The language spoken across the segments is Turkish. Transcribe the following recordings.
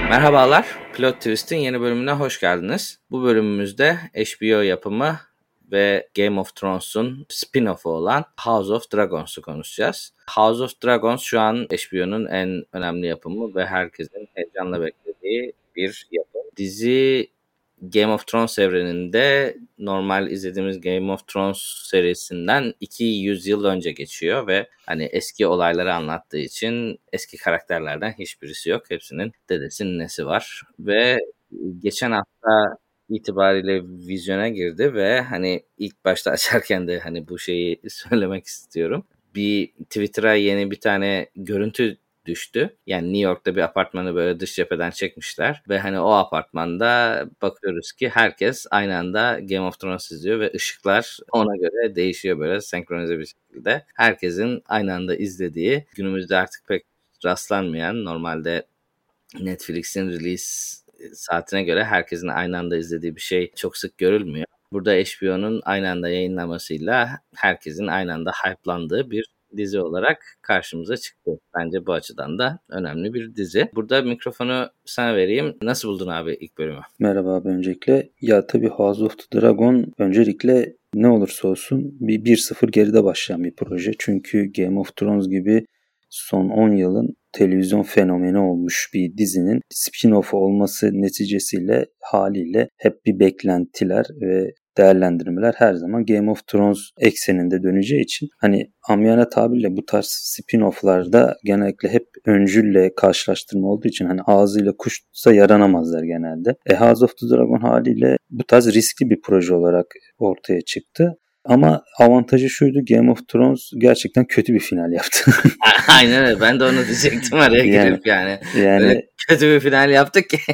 Merhabalar, Plot Twist'in yeni bölümüne hoş geldiniz. Bu bölümümüzde HBO yapımı ve Game of Thrones'un spin-off'u olan House of Dragons'u konuşacağız. House of Dragons şu an HBO'nun en önemli yapımı ve herkesin heyecanla beklediği bir yapım. Dizi Game of Thrones evreninde normal izlediğimiz Game of Thrones serisinden 200 yıl önce geçiyor ve hani eski olayları anlattığı için eski karakterlerden hiçbirisi yok. Hepsinin dedesi ninesi var ve geçen hafta itibariyle vizyona girdi ve hani ilk başta açarken de hani bu şeyi söylemek istiyorum. Bir Twitter'a yeni bir tane görüntü düştü. Yani New York'ta bir apartmanı böyle dış cepheden çekmişler ve hani o apartmanda bakıyoruz ki herkes aynı anda Game of Thrones izliyor ve ışıklar ona göre değişiyor böyle senkronize bir şekilde. Herkesin aynı anda izlediği, günümüzde artık pek rastlanmayan, normalde Netflix'in release saatine göre herkesin aynı anda izlediği bir şey çok sık görülmüyor. Burada HBO'nun aynı anda yayınlamasıyla herkesin aynı anda hype'landığı bir dizi olarak karşımıza çıktı. Bence bu açıdan da önemli bir dizi. Burada mikrofonu sana vereyim. Nasıl buldun abi ilk bölümü? Merhaba abi öncelikle. Ya tabii House of the Dragon öncelikle ne olursa olsun bir 1-0 geride başlayan bir proje. Çünkü Game of Thrones gibi son 10 yılın televizyon fenomeni olmuş bir dizinin spin-off olması neticesiyle haliyle hep bir beklentiler ve değerlendirmeler her zaman Game of Thrones ekseninde döneceği için hani amiyane tabirle bu tarz spin-off'larda genellikle hep öncülle karşılaştırma olduğu için hani ağzıyla kuş tutsa yaranamazlar genelde. House of the Dragon haliyle bu tarz riskli bir proje olarak ortaya çıktı. Ama avantajı şuydu, Game of Thrones gerçekten kötü bir final yaptı. Aynen öyle. Ben de onu diyecektim araya girip yani. Öyle kötü bir final yaptık ki.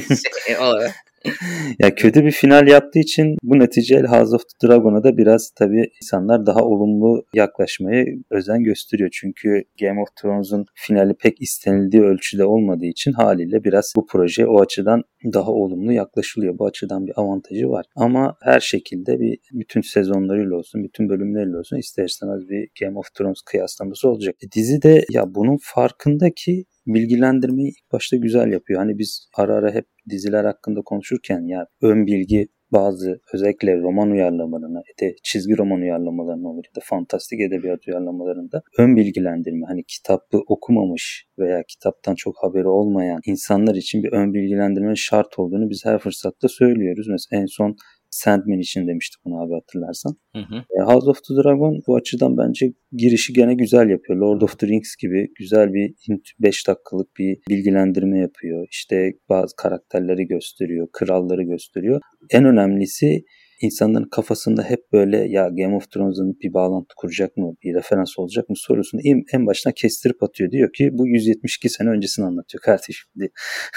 Ya kötü bir final yaptığı için bu neticeyle House of the Dragon'a da biraz tabii insanlar daha olumlu yaklaşmaya özen gösteriyor. Çünkü Game of Thrones'un finali pek istenildiği ölçüde olmadığı için haliyle biraz bu proje o açıdan daha olumlu yaklaşılıyor. Bu açıdan bir avantajı var. Ama her şekilde bütün sezonlarıyla olsun, bütün bölümleriyle olsun ister istemez bir Game of Thrones kıyaslaması olacak. Dizi de ya bunun farkındaki bilgilendirmeyi ilk başta güzel yapıyor. Hani biz ara ara hep diziler hakkında konuşurken ya ön bilgi bazı özellikle roman uyarlamalarına, çizgi roman uyarlamalarına olur ya da fantastik edebiyat uyarlamalarında ön bilgilendirme, hani kitabı okumamış veya kitaptan çok haberi olmayan insanlar için bir ön bilgilendirme şart olduğunu biz her fırsatta söylüyoruz. Mesela en son Sandman için demiştik bunu abi, hatırlarsan. House of the Dragon bu açıdan bence girişi gene güzel yapıyor. Lord of the Rings gibi güzel bir 5 dakikalık bir bilgilendirme yapıyor. İşte bazı karakterleri gösteriyor, kralları gösteriyor. En önemlisi insanların kafasında hep böyle ya Game of Thrones'un bir bağlantı kuracak mı, bir referans olacak mı sorusunu en başına kestirip atıyor. Diyor ki bu 172 sene öncesini anlatıyor kardeşim diye.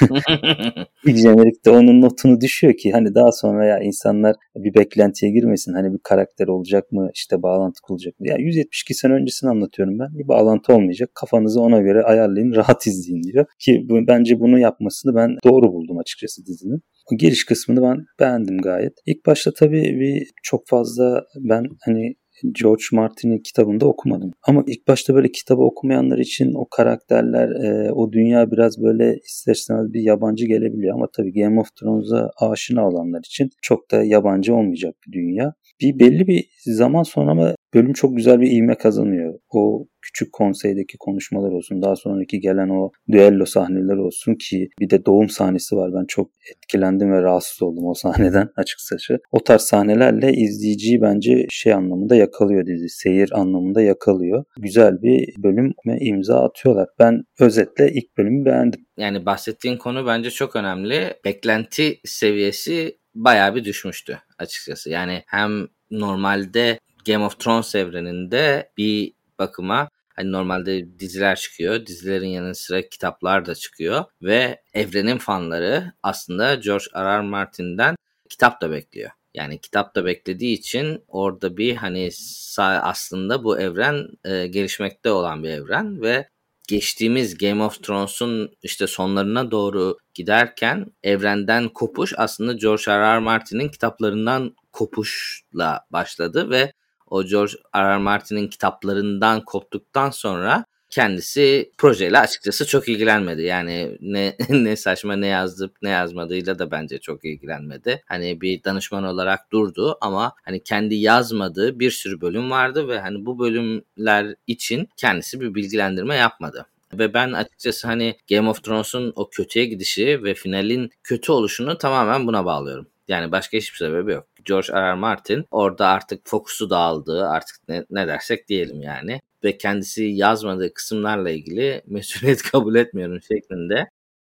İlk jenerikte onun notunu düşüyor ki hani daha sonra ya insanlar bir beklentiye girmesin. Hani bir karakter olacak mı, işte bağlantı kurulacak mı? Ya 172 sene öncesini anlatıyorum ben. Bir bağlantı olmayacak. Kafanızı ona göre ayarlayın, rahat izleyin diyor. Ki bence bunu yapmasını ben doğru buldum açıkçası dizinin. O giriş kısmını ben beğendim gayet. İlk başta tabii çok fazla ben hani George Martin'in kitabını da okumadım. Ama ilk başta böyle kitabı okumayanlar için o karakterler, o dünya biraz böyle ister istemez bir yabancı gelebiliyor. Ama tabii Game of Thrones'a aşina olanlar için çok da yabancı olmayacak bir dünya. Belli bir zaman sonra ama bölüm çok güzel bir ivme kazanıyor. O küçük konseydeki konuşmalar olsun, daha sonraki gelen o düello sahneleri olsun ki bir de doğum sahnesi var. Ben çok etkilendim ve rahatsız oldum o sahneden açıkçası. O tarz sahnelerle izleyiciyi bence anlamında yakalıyor dizi. Seyir anlamında yakalıyor. Güzel bir bölüm ve imza atıyorlar. Ben özetle ilk bölümü beğendim. Yani bahsettiğin konu bence çok önemli. Beklenti seviyesi bayağı bir düşmüştü açıkçası. Yani hem normalde Game of Thrones evreninde bir bakıma hani normalde diziler çıkıyor. Dizilerin yanı sıra kitaplar da çıkıyor ve evrenin fanları aslında George R.R. Martin'den kitap da bekliyor. Yani kitap da beklediği için orada bir hani aslında bu evren gelişmekte olan bir evren ve geçtiğimiz Game of Thrones'un işte sonlarına doğru giderken evrenden kopuş aslında George R.R. Martin'in kitaplarından kopuşla başladı ve o George R.R. Martin'in kitaplarından koptuktan sonra kendisi projeyle açıkçası çok ilgilenmedi. Yani ne saçma ne yazıp ne yazmadığıyla da bence çok ilgilenmedi. Hani bir danışman olarak durdu ama hani kendi yazmadığı bir sürü bölüm vardı ve hani bu bölümler için kendisi bir bilgilendirme yapmadı. Ve ben açıkçası hani Game of Thrones'un o kötüye gidişi ve finalin kötü oluşunu tamamen buna bağlıyorum. Yani başka hiçbir sebebi yok. George R. R. Martin orada artık fokusu dağıldı, artık ne dersek diyelim yani. Ve kendisi yazmadığı kısımlarla ilgili mesuliyet kabul etmiyorum şeklinde.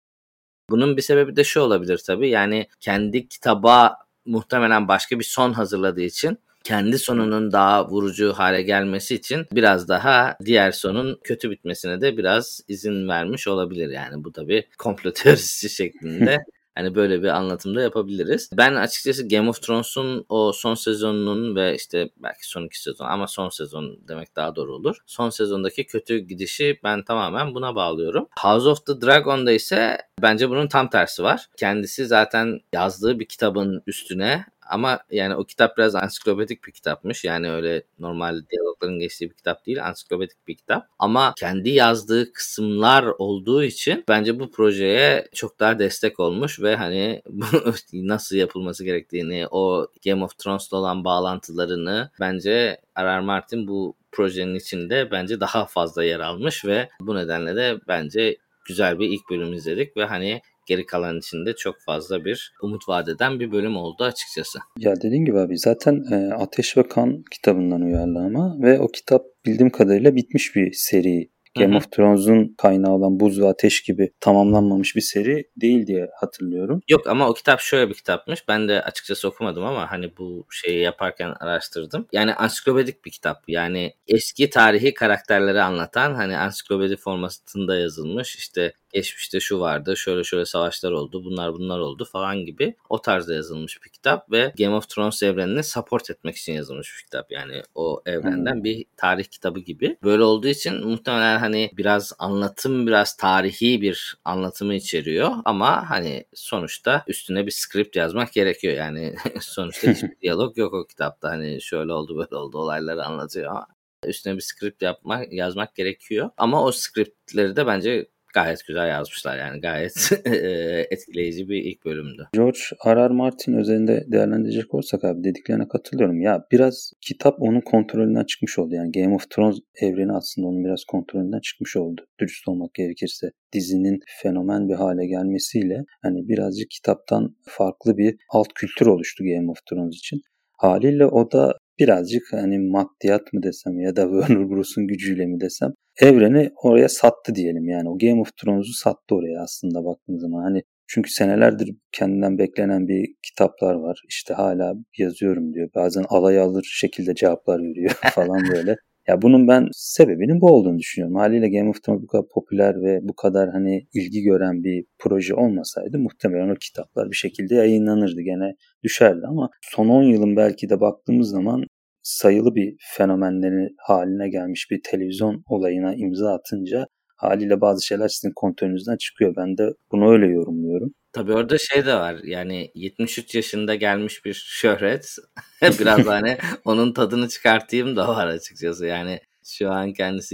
Bunun bir sebebi de şu olabilir tabii. Yani kendi kitaba muhtemelen başka bir son hazırladığı için kendi sonunun daha vurucu hale gelmesi için biraz daha diğer sonun kötü bitmesine de biraz izin vermiş olabilir. Yani bu tabii komplo teorisi şeklinde. Hani böyle bir anlatımda yapabiliriz. Ben açıkçası Game of Thrones'un o son sezonunun ve işte belki son 2 sezon ama son sezon demek daha doğru olur. Son sezondaki kötü gidişi ben tamamen buna bağlıyorum. House of the Dragon'da ise bence bunun tam tersi var. Kendisi zaten yazdığı bir kitabın üstüne ama yani o kitap biraz ansiklopedik bir kitapmış. Yani öyle normal diyalogların geçtiği bir kitap değil. Ansiklopedik bir kitap. Ama kendi yazdığı kısımlar olduğu için bence bu projeye çok daha destek olmuş ve hani nasıl yapılması gerektiğini, o Game of Thrones'la olan bağlantılarını bence R.R. Martin bu projenin içinde bence daha fazla yer almış ve bu nedenle de bence güzel bir ilk bölüm izledik ve hani geri kalan içinde çok fazla bir umut vaat eden bir bölüm oldu açıkçası. Ya dediğin gibi abi zaten Ateş ve Kan kitabından uyarlama ve o kitap bildiğim kadarıyla bitmiş bir seri. Game of Thrones'un kaynağı olan Buz ve Ateş gibi tamamlanmamış bir seri değil diye hatırlıyorum. Yok ama o kitap şöyle bir kitapmış. Ben de açıkçası okumadım ama hani bu şeyi yaparken araştırdım. Yani ansiklopedik bir kitap. Yani eski tarihi karakterleri anlatan hani ansiklopedi formatında yazılmış. İşte geçmişte şu vardı, şöyle savaşlar oldu, bunlar oldu falan gibi o tarzda yazılmış bir kitap ve Game of Thrones evrenini support etmek için yazılmış bir kitap. Yani o evrenden bir tarih kitabı gibi. Böyle olduğu için muhtemelen hani biraz anlatım, biraz tarihi bir anlatımı içeriyor ama hani sonuçta üstüne bir script yazmak gerekiyor. Yani sonuçta hiçbir diyalog yok o kitapta. Hani şöyle oldu böyle oldu olayları anlatıyor ama üstüne bir script yazmak gerekiyor. Ama o scriptleri de bence gayet güzel yazmışlar yani gayet etkileyici bir ilk bölümdü. George R. R. Martin özelinde değerlendirecek olursak abi dediklerine katılıyorum. Ya biraz kitap onun kontrolünden çıkmış oldu. Yani Game of Thrones evreni aslında onun biraz kontrolünden çıkmış oldu. Dürüst olmak gerekirse dizinin fenomen bir hale gelmesiyle hani birazcık kitaptan farklı bir alt kültür oluştu Game of Thrones için. Haliyle o da birazcık hani maddiyat mı desem ya da Warner Bros'un gücüyle mi desem evreni oraya sattı diyelim. Yani o Game of Thrones'u sattı oraya aslında baktığınız zaman. Hani çünkü senelerdir kendinden beklenen bir kitaplar var. İşte hala yazıyorum diyor. Bazen alay alır şekilde cevaplar veriyor falan böyle. Ya bunun ben sebebinin bu olduğunu düşünüyorum. Haliyle Game of Thrones bu kadar popüler ve bu kadar hani ilgi gören bir proje olmasaydı muhtemelen o kitaplar bir şekilde yayınlanırdı. Gene düşerdi ama son 10 yılın belki de baktığımız zaman sayılı bir fenomenleri haline gelmiş bir televizyon olayına imza atınca haliyle bazı şeyler sizin kontrolünüzden çıkıyor. Ben de bunu öyle yorumluyorum. Tabii orada şey de var yani 73 yaşında gelmiş bir şöhret biraz hani onun tadını çıkartayım da var açıkçası yani şu an kendisi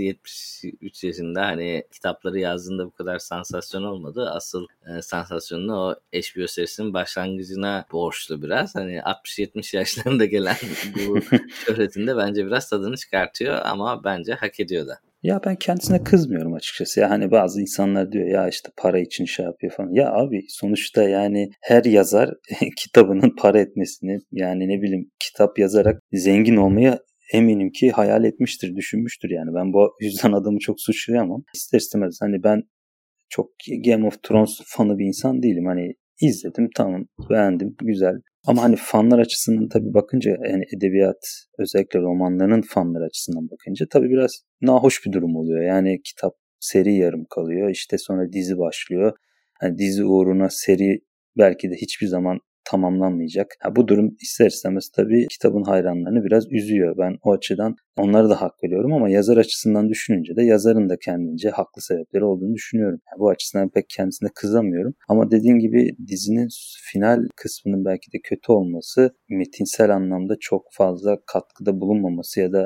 73 yaşında hani kitapları yazdığında bu kadar sansasyon olmadı. Asıl sansasyonunu o HBO serisinin başlangıcına borçlu biraz. Hani 60-70 yaşlarında gelen bu şöhretin de bence biraz tadını çıkartıyor ama bence hak ediyor da. Ya ben kendisine kızmıyorum açıkçası. Ya hani bazı insanlar diyor ya işte para için şey yapıyor falan. Ya abi sonuçta yani her yazar kitabının para etmesini yani ne bileyim kitap yazarak zengin olmayı eminim ki hayal etmiştir, düşünmüştür yani. Ben bu yüzden adamı çok suçlayamam. İster istemez hani ben çok Game of Thrones fanı bir insan değilim. Hani izledim tamam beğendim güzel. Ama hani fanlar açısından tabii bakınca yani edebiyat özellikle romanlarının fanlar açısından bakınca tabii biraz nahoş bir durum oluyor. Yani kitap seri yarım kalıyor. İşte sonra dizi başlıyor. Hani dizi uğruna seri belki de hiçbir zaman tamamlanmayacak. Bu durum ister istemez tabii kitabın hayranlarını biraz üzüyor. Ben o açıdan onlara da hak veriyorum ama yazar açısından düşününce de yazarın da kendince haklı sebepleri olduğunu düşünüyorum. Bu açısından pek kendisine kızamıyorum. Ama dediğim gibi dizinin final kısmının belki de kötü olması, metinsel anlamda çok fazla katkıda bulunmaması ya da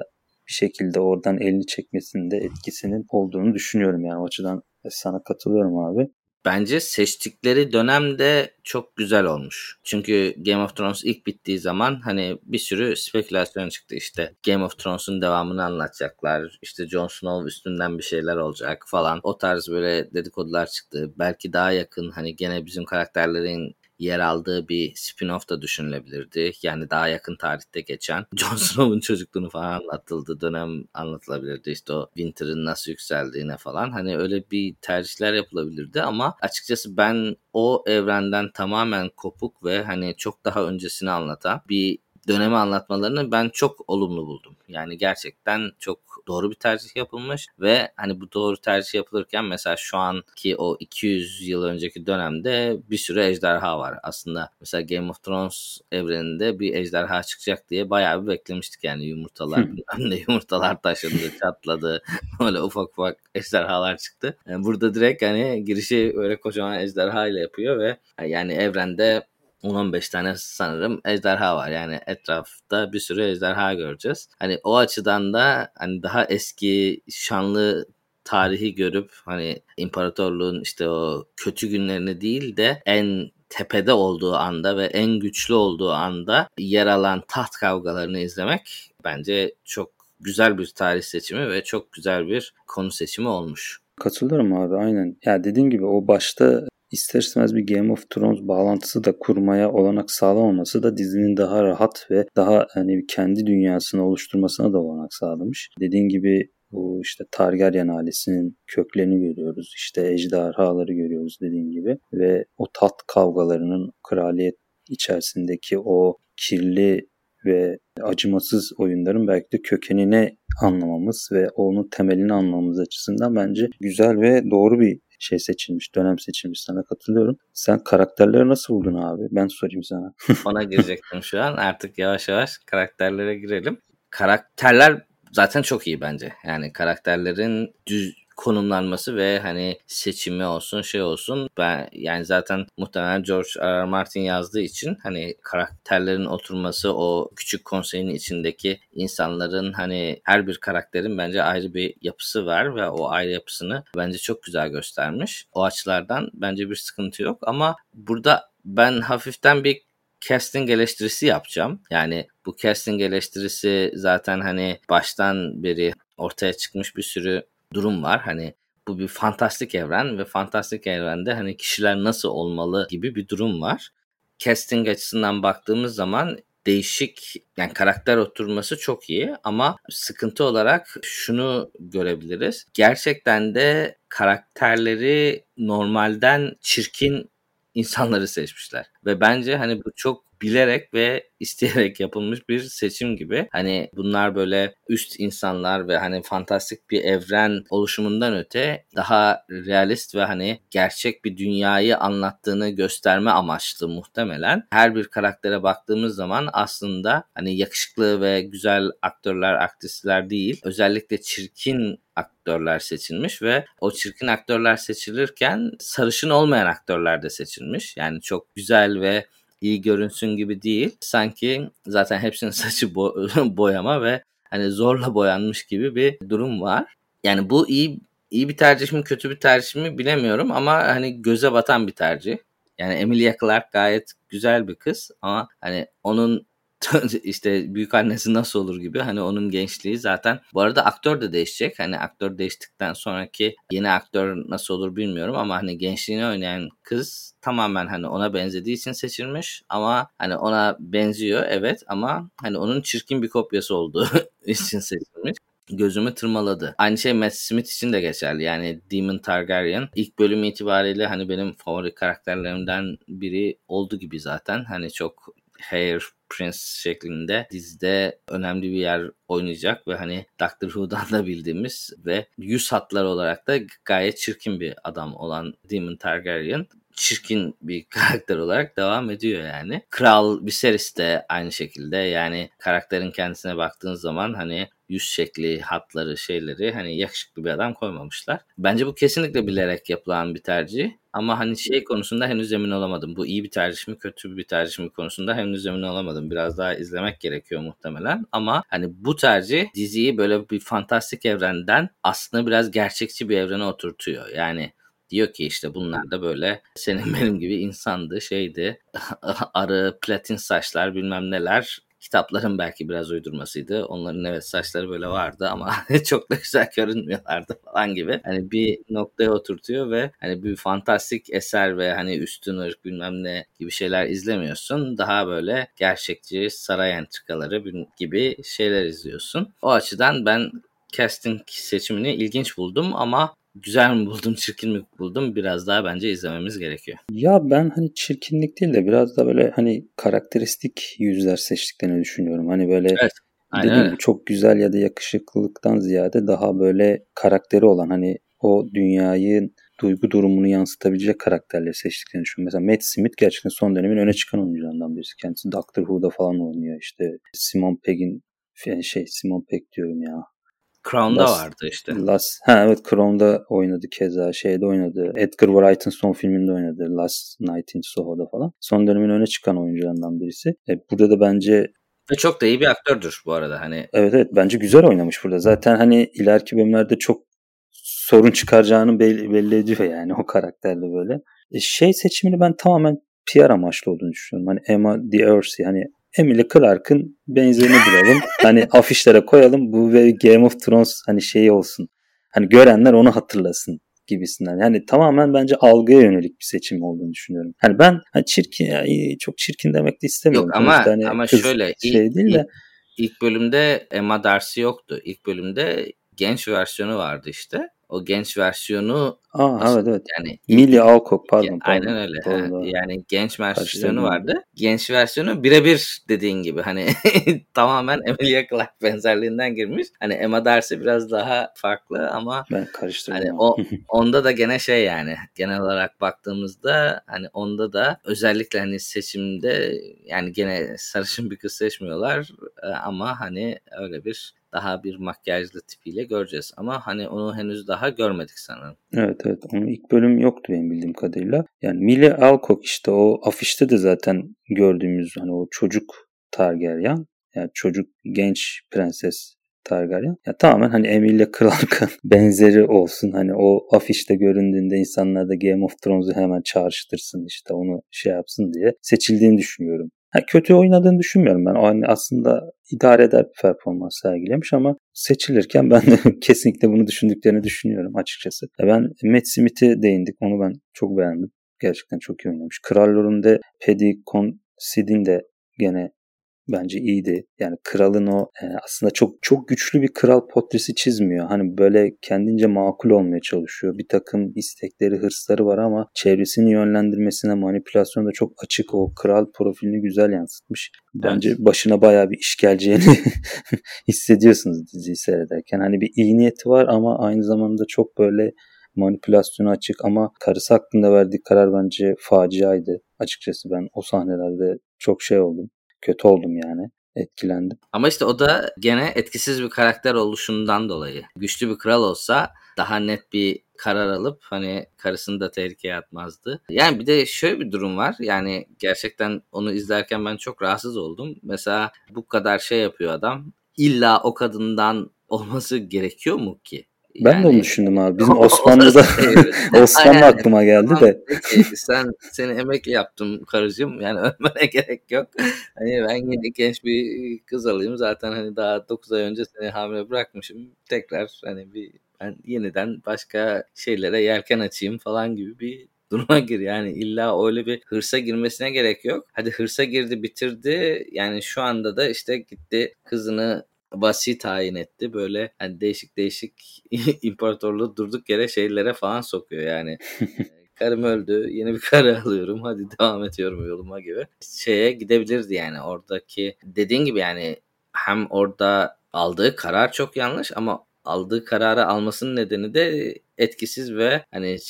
bir şekilde oradan elini çekmesinde etkisinin olduğunu düşünüyorum. Yani o açıdan sana katılıyorum abi. Bence seçtikleri dönemde çok güzel olmuş. Çünkü Game of Thrones ilk bittiği zaman hani bir sürü spekülasyon çıktı. İşte Game of Thrones'un devamını anlatacaklar. İşte Jon Snow üstünden bir şeyler olacak falan. O tarz böyle dedikodular çıktı. Belki daha yakın hani gene bizim karakterlerin yer aldığı bir spin-off da düşünülebilirdi. Yani daha yakın tarihte geçen Jon Snow'un çocukluğunu falan anlatıldığı dönem anlatılabilirdi. İşte o Winter'ın nasıl yükseldiğine falan. Hani öyle bir tercihler yapılabilirdi ama açıkçası ben o evrenden tamamen kopuk ve hani çok daha öncesini anlatan bir dönemi anlatmalarını ben çok olumlu buldum. Yani gerçekten çok doğru bir tercih yapılmış ve hani bu doğru tercih yapılırken mesela şu anki o 200 yıl önceki dönemde bir sürü ejderha var. Aslında mesela Game of Thrones evreninde bir ejderha çıkacak diye bayağı bir beklemiştik yani yumurtalar bilmem ne yumurtalar taşındı, çatladı. Öyle ufak ufak ejderhalar çıktı. Yani burada direkt hani girişi öyle kocaman ejderha ile yapıyor ve yani evrende 10-15 tane sanırım ejderha var. Yani etrafta bir sürü ejderha göreceğiz. Hani o açıdan da hani daha eski şanlı tarihi görüp hani imparatorluğun işte o kötü günlerini değil de en tepede olduğu anda ve en güçlü olduğu anda yer alan taht kavgalarını izlemek bence çok güzel bir tarih seçimi ve çok güzel bir konu seçimi olmuş. Katılıyorum abi, aynen. Ya dediğim gibi o başta ister istemez bir Game of Thrones bağlantısı da kurmaya olanak sağlamaması da dizinin daha rahat ve daha hani kendi dünyasını oluşturmasına da olanak sağlamış. Dediğin gibi bu işte Targaryen ailesinin köklerini görüyoruz. İşte ejderhaları görüyoruz dediğin gibi ve o taht kavgalarının kraliyet içerisindeki o kirli ve acımasız oyunların belki de kökenini anlamamız ve onun temelini anlamamız açısından bence güzel ve doğru bir şey seçilmiş, dönem seçilmiş. Sana katılıyorum. Sen karakterleri nasıl buldun abi? Ben sorayım sana. Ona girecektim şu an. Artık yavaş yavaş karakterlere girelim. Karakterler zaten çok iyi bence. Yani karakterlerin düz konumlanması ve hani seçimi olsun şey olsun. Ben yani zaten muhtemelen George R. R. Martin yazdığı için hani karakterlerin oturması o küçük konseyin içindeki insanların hani her bir karakterin bence ayrı bir yapısı var ve o ayrı yapısını bence çok güzel göstermiş. O açılardan bence bir sıkıntı yok ama burada ben hafiften bir casting eleştirisi yapacağım. Yani bu casting eleştirisi zaten hani baştan beri ortaya çıkmış bir sürü durum var. Hani bu bir fantastik evren ve fantastik evrende hani kişiler nasıl olmalı gibi bir durum var. Casting açısından baktığımız zaman değişik yani karakter oturması çok iyi ama sıkıntı olarak şunu görebiliriz. Gerçekten de karakterleri normalden çirkin insanları seçmişler. Ve bence hani bu çok bilerek ve isteyerek yapılmış bir seçim gibi. Hani bunlar böyle üst insanlar ve hani fantastik bir evren oluşumundan öte daha realist ve hani gerçek bir dünyayı anlattığını gösterme amaçlı muhtemelen. Her bir karaktere baktığımız zaman aslında hani yakışıklı ve güzel aktörler, aktrisler değil, özellikle çirkin aktörler seçilmiş ve o çirkin aktörler seçilirken sarışın olmayan aktörler de seçilmiş. Yani çok güzel ve iyi görünsün gibi değil. Sanki zaten hepsinin saçı boyama ve hani zorla boyanmış gibi bir durum var. Yani bu iyi bir tercih mi kötü bir tercih mi bilemiyorum ama hani göze batan bir tercih. Yani Emilia Clarke gayet güzel bir kız ama hani onun işte büyük annesi nasıl olur gibi hani onun gençliği zaten. Bu arada aktör de değişecek. Hani aktör değiştikten sonraki yeni aktör nasıl olur bilmiyorum ama hani gençliğini oynayan kız tamamen hani ona benzediği için seçilmiş ama hani ona benziyor evet ama hani onun çirkin bir kopyası olduğu için seçilmiş. Gözümü tırmaladı. Aynı şey Matt Smith için de geçerli. Yani Daemon Targaryen ilk bölüm itibariyle hani benim favori karakterlerimden biri oldu gibi zaten. Hani çok Hair Prince şeklinde dizide önemli bir yer oynayacak ve hani Doctor Who'dan da bildiğimiz ve yüz hatlar olarak da gayet çirkin bir adam olan Daemon Targaryen çirkin bir karakter olarak devam ediyor yani. Kral Viserys de aynı şekilde, yani karakterin kendisine baktığın zaman hani yüz şekli, hatları, şeyleri, hani yakışıklı bir adam koymamışlar. Bence bu kesinlikle bilerek yapılan bir tercih. Ama hani şey konusunda henüz emin olamadım. Bu iyi bir tercih mi, kötü bir tercih mi konusunda henüz emin olamadım. Biraz daha izlemek gerekiyor muhtemelen. Ama hani bu tercih diziyi böyle bir fantastik evrenden aslında biraz gerçekçi bir evrene oturtuyor. Yani diyor ki işte bunlar da böyle senin benim gibi insandı, şeydi. Arı, platin saçlar, bilmem neler. Kitapların belki biraz uydurmasıydı. Onların evet saçları böyle vardı ama çok da güzel görünmüyorlardı falan gibi. Hani bir noktaya oturtuyor ve hani bir fantastik eser ve hani üstün ırk bilmem ne gibi şeyler izlemiyorsun. Daha böyle gerçekçi saray entrikaları gibi şeyler izliyorsun. O açıdan ben casting seçimini ilginç buldum ama güzel mi buldum, çirkin mi buldum, biraz daha bence izlememiz gerekiyor. Ya ben hani çirkinlik değil de biraz da böyle hani karakteristik yüzler seçtiklerini düşünüyorum. Hani böyle Evet, aynen dediğim öyle. gibi çok güzel ya da yakışıklılıktan ziyade daha böyle karakteri olan hani o dünyayı duygu durumunu yansıtabilecek karakterleri seçtiklerini düşünüyorum. Mesela Matt Smith gerçekten son dönemin öne çıkan oyuncularından birisi. Kendisi Doctor Who'da falan oynuyor. İşte Simon Pegg'in Simon Pegg diyorum ya. Crown'da vardı işte. Evet, Crown'da oynadı keza, şeyde oynadı. Edgar Wright'ın son filminde oynadı. Last Night in Soho'da falan. Son dönemin öne çıkan oyuncularından birisi. Burada da bence Ve çok da iyi bir aktördür bu arada. Hani evet bence güzel oynamış burada. Zaten hani ileriki bölümlerde çok sorun çıkaracağını belli ediyor yani o karakterde böyle. Şey seçimini ben tamamen PR amaçlı olduğunu düşünüyorum. Hani Emma D'Arcy, hani Emilia Clarke'ın benzerini bulalım. Hani afişlere koyalım. Bu ve Game of Thrones hani şeyi olsun. Hani görenler onu hatırlasın gibisinden. Yani tamamen bence algıya yönelik bir seçim olduğunu düşünüyorum. Hani ben hani çirkin, yani çok çirkin demek de istemiyorum. yok Sonuçta ama hani ama kız şöyle şey değil de. ilk bölümde Emma Darcy yoktu. İlk bölümde genç versiyonu vardı işte. O genç versiyonu Evet evet. yani Millie Alcock, pardon aynen pardon. öyle. Doğru doğru. Yani genç versiyonu Karıştırdım onu. vardı. Genç versiyonu birebir dediğin gibi hani tamamen Emilia Clarke benzerliğinden girmiş. Hani Emma Darcy biraz daha farklı ama Ben hani karıştırdım onu. onda da gene şey, yani genel olarak baktığımızda hani onda da özellikle hani seçimde yani gene sarışın bir kız seçmiyorlar. Ama hani öyle bir daha bir makyajlı tipiyle göreceğiz ama hani onu henüz daha görmedik sanırım. Evet evet. Onun ilk bölüm yoktu benim bildiğim kadarıyla. Yani Millie Alcock işte o afişte de zaten gördüğümüz hani o çocuk Targaryen. Yani çocuk genç prenses Targaryen. Ya tamamen hani Emilia Clarke'ın benzeri olsun. Hani o afişte göründüğünde insanlar da Game of Thrones'u hemen çağrıştırsın, işte onu şey yapsın diye seçildiğini düşünüyorum. Kötü oynadığını düşünmüyorum ben. O hani aslında idare eder bir performans sergilemiş ama seçilirken ben de kesinlikle bunu düşündüklerini düşünüyorum açıkçası. Ben Matt Smith'e değindik. Onu ben çok beğendim. Gerçekten çok iyi oynamış. Krallor'un Paddy Considine de gene bence iyiydi. Yani kralın o aslında çok çok güçlü bir kral portresi çizmiyor. Hani böyle kendince makul olmaya çalışıyor. Bir takım istekleri, hırsları var ama çevresini yönlendirmesine, manipülasyona da çok açık. O kral profilini güzel yansıtmış. Bence Evet. başına bayağı bir iş geleceğini hissediyorsunuz diziyi seyrederken. Hani bir iyi niyeti var ama aynı zamanda çok böyle manipülasyona açık, ama karısı hakkında verdiği karar bence faciaydı. Açıkçası ben o sahnelerde çok şey oldum. Kötü oldum yani. Etkilendim. Ama işte o da gene etkisiz bir karakter oluşundan dolayı. Güçlü bir kral olsa daha net bir karar alıp hani karısını da tehlikeye atmazdı. Yani bir de şöyle bir durum var. Yani gerçekten onu izlerken ben çok rahatsız oldum. Mesela bu kadar şey yapıyor adam. İlla o kadından olması gerekiyor mu ki? Ben de onu Yani düşündüm abi. Bizim o da Osmanlı'da şey. Osmanlı Aynen. aklıma geldi Tamam de. peki seni emekli yaptım karıcığım. Yani ölmene gerek yok. Hani ben yeni genç bir kız alayım. Zaten hani daha 9 ay önce seni hamile bırakmışım. Tekrar hani ben yeniden başka şeylere yelken açayım falan gibi bir duruma gir. Yani illa öyle bir hırsa girmesine gerek yok. Hadi hırsa girdi bitirdi. Yani şu anda da işte gitti kızını vasi tayin etti. Böyle hani değişik değişik imparatorluğu durduk yere şeylere falan sokuyor yani. Karım öldü. Yeni bir karı alıyorum. Hadi devam ediyorum yoluma gibi. Şeye gidebilirdi yani oradaki dediğin gibi, yani hem orada aldığı karar çok yanlış ama aldığı kararı almasının nedeni de etkisiz ve hani şey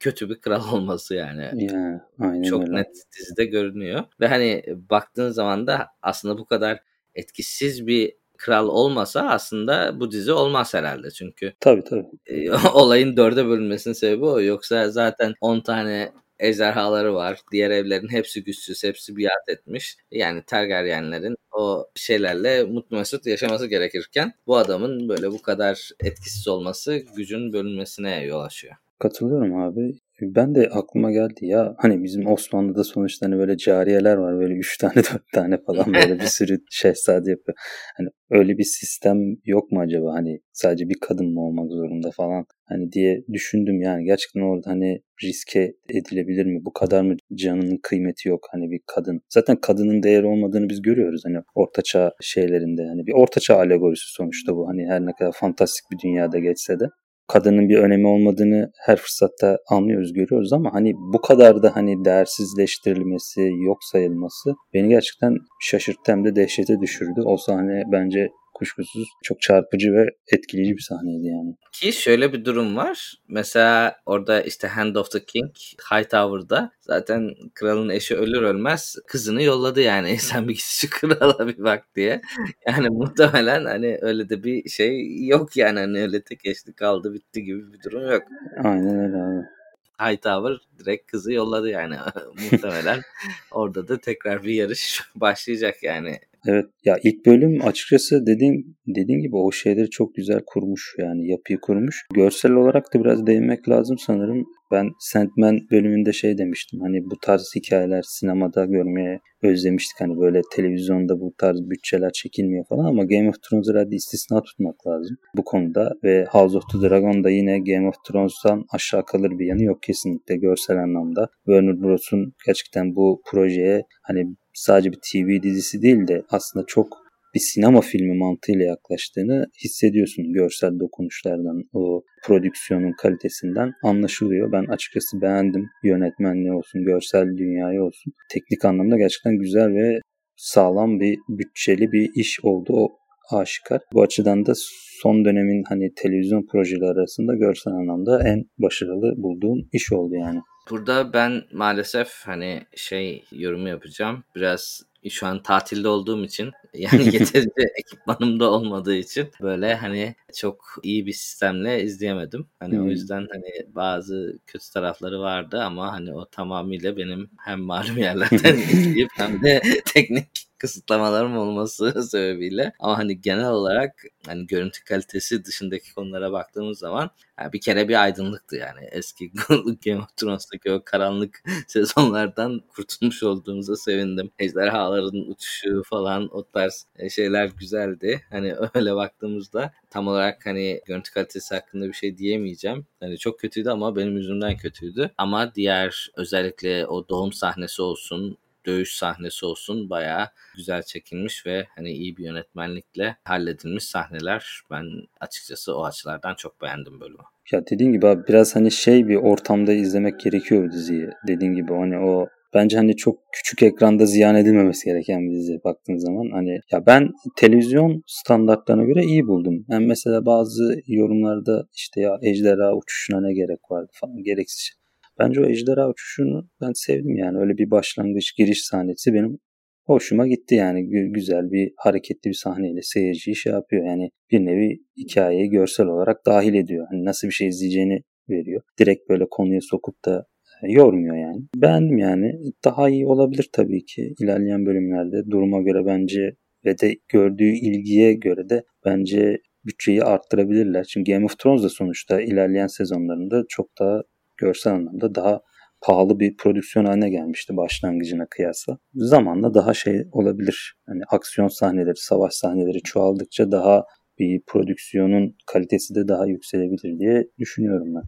kötü bir kral olması yani. Yani aynen Çok öyle. net dizide görünüyor. Ve hani baktığın zaman da aslında bu kadar etkisiz bir kral olmasa aslında bu dizi olmaz herhalde. Çünkü Tabii. olayın 4'e bölünmesinin sebebi o. Yoksa zaten 10 tane ejderhaları var. Diğer evlerin hepsi güçsüz, hepsi biat etmiş. Yani Targaryenlerin o şeylerle mutlu mesut yaşaması gerekirken bu adamın böyle bu kadar etkisiz olması gücün bölünmesine yol açıyor. Katılıyorum abi. Ben de aklıma geldi ya, hani bizim Osmanlı'da sonuçta hani böyle cariyeler var, böyle 3 tane 4 tane falan, böyle bir sürü şehzade yapıyor. Hani öyle bir sistem yok mu acaba, hani sadece bir kadın mı olmak zorunda falan hani diye düşündüm yani. Gerçekten orada hani riske edilebilir mi, bu kadar mı canının kıymeti yok hani bir kadın, zaten kadının değeri olmadığını biz görüyoruz hani ortaçağ şeylerinde. Hani bir ortaçağ alegorisi sonuçta bu, hani her ne kadar fantastik bir dünyada geçse de kadının bir önemi olmadığını her fırsatta anlıyoruz, görüyoruz, ama hani bu kadar da hani değersizleştirilmesi, yok sayılması beni gerçekten şaşırttı, hem de dehşete düşürdü. O sahne bence kuşkusuz çok çarpıcı ve etkileyici bir sahneydi yani. Ki şöyle bir durum var. Mesela orada işte Hand of the King Hightower'da zaten kralın eşi ölür ölmez kızını yolladı yani. Sen bir git şu krala bir bak diye. Yani muhtemelen hani öyle de bir şey yok yani. Hani öyle tek eşli kaldı bitti gibi bir durum yok. Aynen öyle abi. Hightower direkt kızı yolladı yani. Muhtemelen orada da tekrar bir yarış başlayacak yani. Evet ya, ilk bölüm açıkçası dediğin gibi o şeyleri çok güzel kurmuş, yani yapıyı kurmuş. Görsel olarak da biraz değinmek lazım sanırım. Ben Sandman bölümünde şey demiştim, hani bu tarz hikayeler sinemada görmeye özlemiştik, hani böyle televizyonda bu tarz bütçeler çekilmiyor falan, ama Game of Thrones'u herhalde istisna tutmak lazım bu konuda. Ve House of the Dragon da yine Game of Thrones'tan aşağı kalır bir yanı yok kesinlikle görsel anlamda. Warner Bros'un gerçekten bu projeye hani sadece bir TV dizisi değil de aslında çok bir sinema filmi mantığıyla yaklaştığını hissediyorsun. Görsel dokunuşlardan, o prodüksiyonun kalitesinden anlaşılıyor. Ben açıkçası beğendim. Yönetmenliği olsun, görsel dünyayı olsun. Teknik anlamda gerçekten güzel ve sağlam bir bütçeli bir iş oldu. O aşikar. Bu açıdan da son dönemin hani televizyon projeleri arasında görsel anlamda en başarılı bulduğum iş oldu yani. Burada ben maalesef hani şey yorumu yapacağım. Biraz şu an tatilde olduğum için yani yeterince ekipmanım da olmadığı için böyle hani çok iyi bir sistemle izleyemedim. Hani o yüzden hani bazı kötü tarafları vardı ama hani o tamamıyla benim hem malum yerlerden izleyip hem de teknik kısıtlamalarım olması sebebiyle. Ama hani genel olarak hani görüntü kalitesi dışındaki konulara baktığımız zaman yani bir kere bir aydınlıktı yani. Eski Game of Thrones'taki o karanlık sezonlardan kurtulmuş olduğumuza sevindim. Ejderhaların uçuşu falan o tarz şeyler güzeldi. Hani öyle baktığımızda tam olarak hani görüntü kalitesi hakkında bir şey diyemeyeceğim. Hani çok kötüydü ama benim yüzümden kötüydü. Ama diğer özellikle o doğum sahnesi olsun, dövüş sahnesi olsun bayağı güzel çekilmiş ve hani iyi bir yönetmenlikle halledilmiş sahneler. Ben açıkçası o açılardan çok beğendim bölümü. Ya dediğin gibi abi, biraz hani şey bir ortamda izlemek gerekiyor bu diziyi. Dediğin gibi hani o bence hani çok küçük ekranda ziyan edilmemesi gereken bir dizi baktığın zaman. Hani ya ben televizyon standartlarına göre iyi buldum. Ben mesela bazı yorumlarda işte ya ejderha uçuşuna ne gerek vardı falan, gereksiz. Bence o ejderha uçuşunu ben sevdim yani. Öyle bir başlangıç giriş sahnesi benim hoşuma gitti yani. Güzel bir hareketli bir sahneyle seyirciyi şey yapıyor yani, bir nevi hikayeyi görsel olarak dahil ediyor. Hani nasıl bir şey izleyeceğini veriyor. Direkt böyle konuya sokup da yormuyor yani. Beğendim yani. Daha iyi olabilir tabii ki ilerleyen bölümlerde duruma göre bence ve de gördüğü ilgiye göre de bence bütçeyi arttırabilirler. Çünkü Game of Thrones da sonuçta ilerleyen sezonlarında çok daha görsel anlamda daha pahalı bir prodüksiyon haline gelmişti başlangıcına kıyasla. Zamanla daha şey olabilir. Hani aksiyon sahneleri, savaş sahneleri çoğaldıkça daha bir prodüksiyonun kalitesi de daha yükselebilir diye düşünüyorum ben.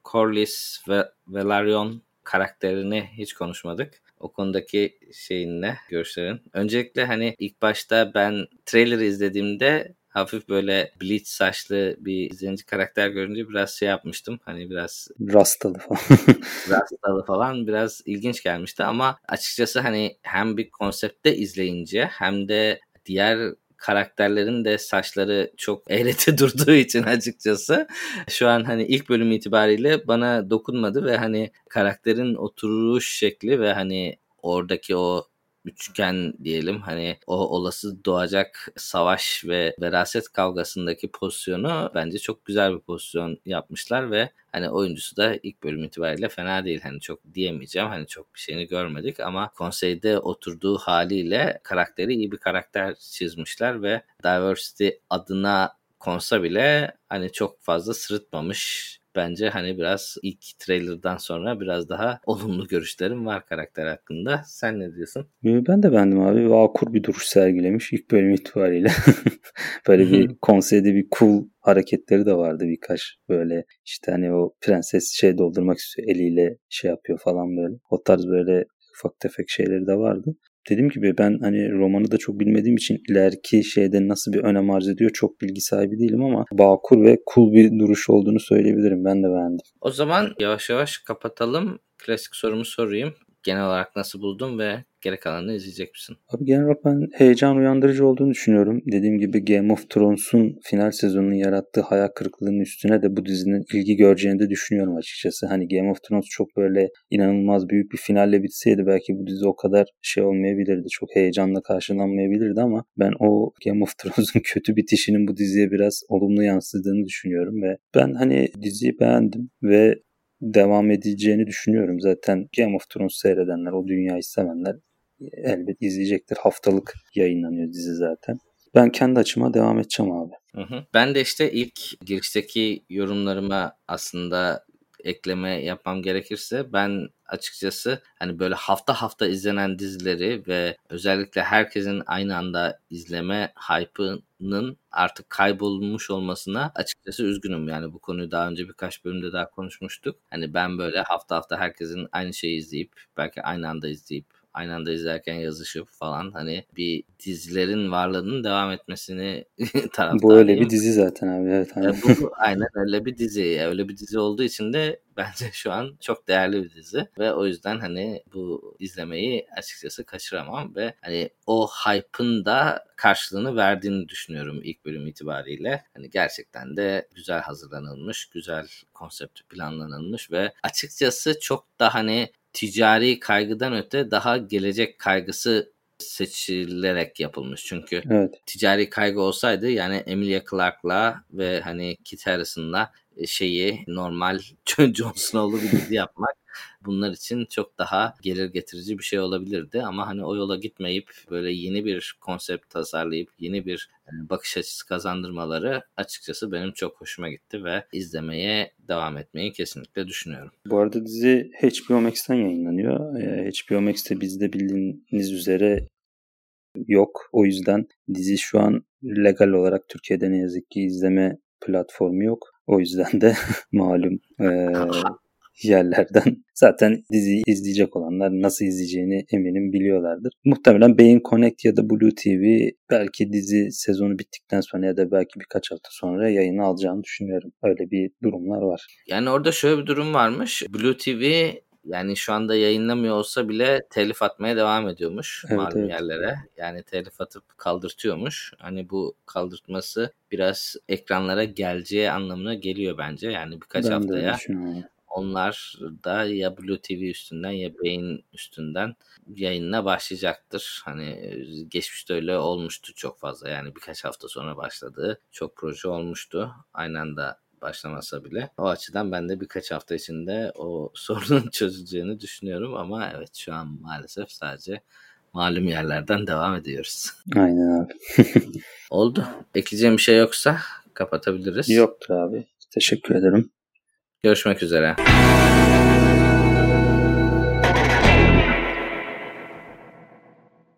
Corlys ve Velaryon karakterini hiç konuşmadık. O konudaki şeyin ne? Görüşlerin. Öncelikle hani ilk başta ben trailer'ı izlediğimde hafif böyle bleach saçlı bir zenci karakter görünce biraz şey yapmıştım. Hani biraz Rastalı falan. rastalı falan biraz ilginç gelmişti ama açıkçası hani hem bir konsepte izleyince hem de diğer karakterlerin de saçları çok eğreti durduğu için açıkçası şu an hani ilk bölüm itibariyle bana dokunmadı ve hani karakterin oturuş şekli ve hani oradaki o üçgen diyelim, hani o olası doğacak savaş ve veraset kavgasındaki pozisyonu bence çok güzel bir pozisyon yapmışlar ve hani oyuncusu da ilk bölüm itibariyle fena değil. Hani çok diyemeyeceğim, hani çok bir şeyini görmedik ama konseyde oturduğu haliyle karakteri iyi bir karakter çizmişler ve diversity adına konsa bile hani çok fazla sırıtmamış. Bence hani biraz ilk trailer'dan sonra biraz daha olumlu görüşlerim var karakter hakkında. Sen ne diyorsun? Ben de beğendim abi. Vakur bir duruş sergilemiş ilk bölüm itibariyle. Böyle bir konseyde bir cool hareketleri de vardı birkaç. Böyle işte hani o prenses şey doldurmak istiyor. Eliyle şey yapıyor falan böyle. O tarz böyle ufak tefek şeyleri de vardı. Dediğim gibi ben hani romanı da çok bilmediğim için ileriki şeyde nasıl bir önem arz ediyor çok bilgi sahibi değilim ama vakur ve cool bir duruş olduğunu söyleyebilirim. Ben de beğendim. O zaman yavaş yavaş kapatalım. Klasik sorumu sorayım. Genel olarak nasıl buldun ve geri kalanını izleyecek misin? Abi genel olarak ben heyecan uyandırıcı olduğunu düşünüyorum. Dediğim gibi Game of Thrones'un final sezonunun yarattığı hayal kırıklığının üstüne de bu dizinin ilgi göreceğini de düşünüyorum açıkçası. Hani Game of Thrones çok böyle inanılmaz büyük bir finalle bitseydi belki bu dizi o kadar şey olmayabilirdi. Çok heyecanla karşılanmayabilirdi ama ben o Game of Thrones'un kötü bitişinin bu diziye biraz olumlu yansıdığını düşünüyorum ve ben hani diziyi beğendim ve devam edeceğini düşünüyorum. Zaten Game of Thrones seyredenler, o dünyayı sevenler elbet izleyecektir. Haftalık yayınlanıyor dizi zaten. Ben kendi açıma devam edeceğim abi. Ben de işte ilk girişteki yorumlarıma aslında ekleme yapmam gerekirse ben açıkçası hani böyle hafta hafta izlenen dizileri ve özellikle herkesin aynı anda izleme hype'ının artık kaybolmuş olmasına açıkçası üzgünüm. Yani bu konuyu daha önce birkaç bölümde daha konuşmuştuk. Hani ben böyle hafta hafta herkesin aynı şeyi izleyip belki aynı anda izleyip aynı anda izlerken yazışıp falan hani bir dizilerin varlığının devam etmesini taraftarıyım. Bu öyle bir dizi zaten abi. Evet, hani. Bu aynen öyle bir dizi. Öyle bir dizi olduğu için de bence şu an çok değerli bir dizi ve o yüzden hani bu izlemeyi açıkçası kaçıramam ve hani o hype'ın da karşılığını verdiğini düşünüyorum ilk bölüm itibariyle. Hani gerçekten de güzel hazırlanılmış, güzel konsept planlanılmış ve açıkçası çok da hani ticari kaygıdan öte daha gelecek kaygısı seçilerek yapılmış. Çünkü Evet. ticari kaygı olsaydı yani Emilia Clarke'la ve hani Kit Harington'la şeyi normal Jon Snow'lu bir dizi yapmak bunlar için çok daha gelir getirici bir şey olabilirdi ama hani o yola gitmeyip böyle yeni bir konsept tasarlayıp yeni bir bakış açısı kazandırmaları açıkçası benim çok hoşuma gitti ve izlemeye devam etmeyi kesinlikle düşünüyorum. Bu arada dizi HBO Max'ten yayınlanıyor. HBO Max'te bizde bildiğiniz üzere yok. O yüzden dizi şu an legal olarak Türkiye'de ne yazık ki izleme platformu yok. O yüzden de malum yerlerden zaten diziyi izleyecek olanlar nasıl izleyeceğini eminim biliyorlardır. Muhtemelen Beyin Connect ya da Blue TV belki dizi sezonu bittikten sonra ya da belki birkaç hafta sonra yayını alacağını düşünüyorum. Öyle bir durumlar var. Yani orada şöyle bir durum varmış. Blue TV yani şu anda yayınlamıyor olsa bile telif atmaya devam ediyormuş malum yerlere. Yani telif atıp kaldırtıyormuş. Hani bu kaldırtması biraz ekranlara geleceği anlamına geliyor bence. Yani birkaç haftaya onlar da ya Blue TV üstünden ya Beyin üstünden yayınına başlayacaktır. Hani geçmişte öyle olmuştu çok fazla. Yani birkaç hafta sonra başladığı çok proje olmuştu. Aynı anda başlamasa bile. O açıdan ben de birkaç hafta içinde o sorunun çözüleceğini düşünüyorum ama evet şu an maalesef sadece malum yerlerden devam ediyoruz. Aynen abi. Oldu. Ekleyeceğim bir şey yoksa kapatabiliriz. Yoktur abi. Teşekkür ederim. Görüşmek üzere.